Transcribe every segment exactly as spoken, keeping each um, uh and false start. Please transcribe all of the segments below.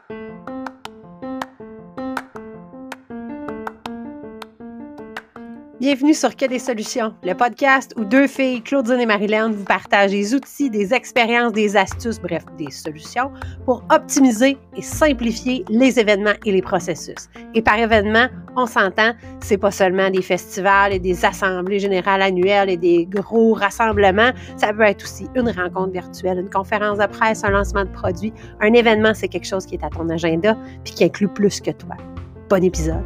Bienvenue sur Que des solutions, le podcast où deux filles, Claudine et Marilyn, vous partagent des outils, des expériences, des astuces, bref, des solutions pour optimiser et simplifier les événements et les processus. Et par événement, on s'entend, c'est pas seulement des festivals et des assemblées générales annuelles et des gros rassemblements, ça peut être aussi une rencontre virtuelle, une conférence de presse, un lancement de produit. Un événement, c'est quelque chose qui est à ton agenda puis qui inclut plus que toi. Bon épisode!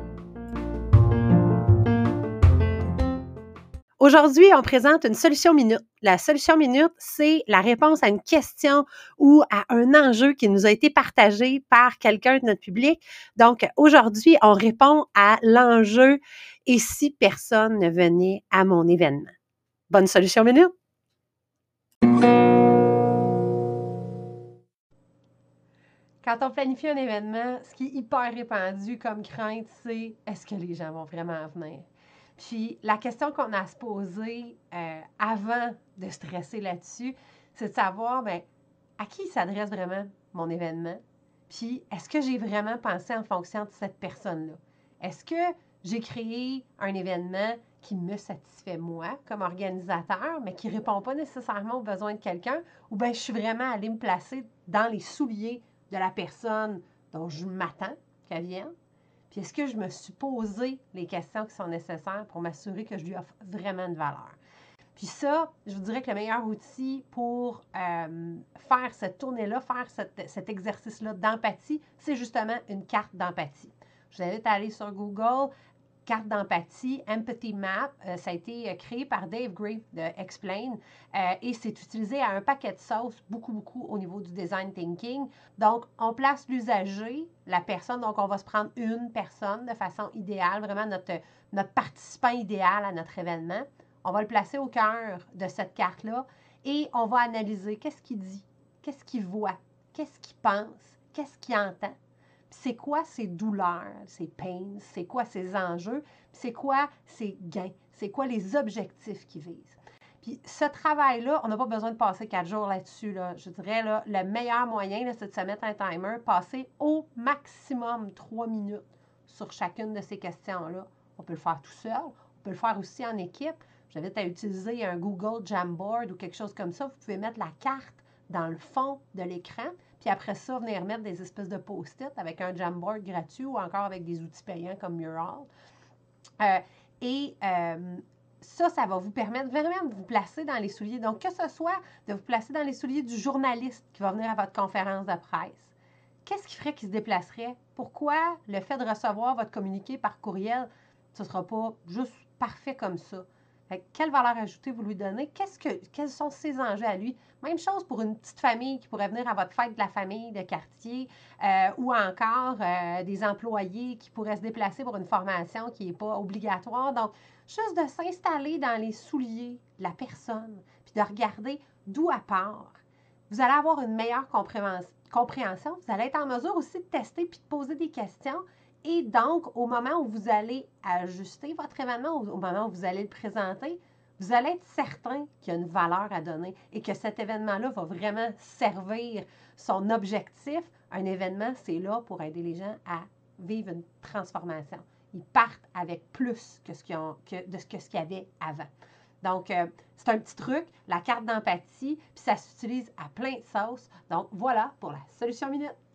Aujourd'hui, on présente une solution minute. La solution minute, c'est la réponse à une question ou à un enjeu qui nous a été partagé par quelqu'un de notre public. Donc, aujourd'hui, on répond à l'enjeu « Et si personne ne venait à mon événement? » Bonne solution minute! Quand on planifie un événement, ce qui est hyper répandu comme crainte, c'est « Est-ce que les gens vont vraiment venir? » Puis la question qu'on a à se poser euh, avant de stresser là-dessus, c'est de savoir, bien, à qui s'adresse vraiment mon événement? Puis est-ce que j'ai vraiment pensé en fonction de cette personne-là? Est-ce que j'ai créé un événement qui me satisfait moi comme organisateur, mais qui ne répond pas nécessairement aux besoins de quelqu'un? Ou bien je suis vraiment allée me placer dans les souliers de la personne dont je m'attends qu'elle vienne? Puis est-ce que je me suis posé les questions qui sont nécessaires pour m'assurer que je lui offre vraiment une valeur? Puis ça, je vous dirais que le meilleur outil pour euh, faire cette tournée-là, faire cette, cet exercice-là d'empathie, c'est justement une carte d'empathie. Je vous invite à aller sur Google, carte d'empathie, Empathy Map. Euh, ça a été créé par Dave Gray de Explain euh, et c'est utilisé à un paquet de sauces, beaucoup, beaucoup au niveau du design thinking. Donc, on place l'usager, la personne, donc on va se prendre une personne de façon idéale, vraiment notre, notre participant idéal à notre événement. On va le placer au cœur de cette carte-là et on va analyser qu'est-ce qu'il dit, qu'est-ce qu'il voit, qu'est-ce qu'il pense, qu'est-ce qu'il entend. C'est quoi ses douleurs, ses pains, c'est quoi ses enjeux, c'est quoi ses gains, c'est quoi les objectifs qu'il vise. Puis ce travail-là, on n'a pas besoin de passer quatre jours là-dessus. Là. Je dirais, là, le meilleur moyen, là, c'est de se mettre un timer, passer au maximum trois minutes sur chacune de ces questions-là. On peut le faire tout seul, on peut le faire aussi en équipe. J'invite à utiliser un Google Jamboard ou quelque chose comme ça. Vous pouvez mettre la carte dans le fond de l'écran. Puis après ça, venir mettre des espèces de post-it avec un Jamboard gratuit ou encore avec des outils payants comme Mural. Euh, et euh, ça, ça va vous permettre vraiment de vous placer dans les souliers. Donc, que ce soit de vous placer dans les souliers du journaliste qui va venir à votre conférence de presse. Qu'est-ce qui ferait qu'il se déplacerait? Pourquoi le fait de recevoir votre communiqué par courriel, ce ne sera pas juste parfait comme ça? Fait, quelle valeur ajoutée vous lui donnez? Qu'est-ce que, quels sont ses enjeux à lui? Même chose pour une petite famille qui pourrait venir à votre fête de la famille de quartier euh, ou encore euh, des employés qui pourraient se déplacer pour une formation qui n'est pas obligatoire. Donc, juste de s'installer dans les souliers de la personne puis de regarder d'où elle part. Vous allez avoir une meilleure compréhension. Vous allez être en mesure aussi de tester puis de poser des questions. Et donc, au moment où vous allez ajuster votre événement, au moment où vous allez le présenter, vous allez être certain qu'il y a une valeur à donner et que cet événement-là va vraiment servir son objectif. Un événement, c'est là pour aider les gens à vivre une transformation. Ils partent avec plus que ce qu'ils ont, que, de ce que ce qu'il y avait avant. Donc, euh, c'est un petit truc, la carte d'empathie, puis ça s'utilise à plein de sauces. Donc, voilà pour la solution minute.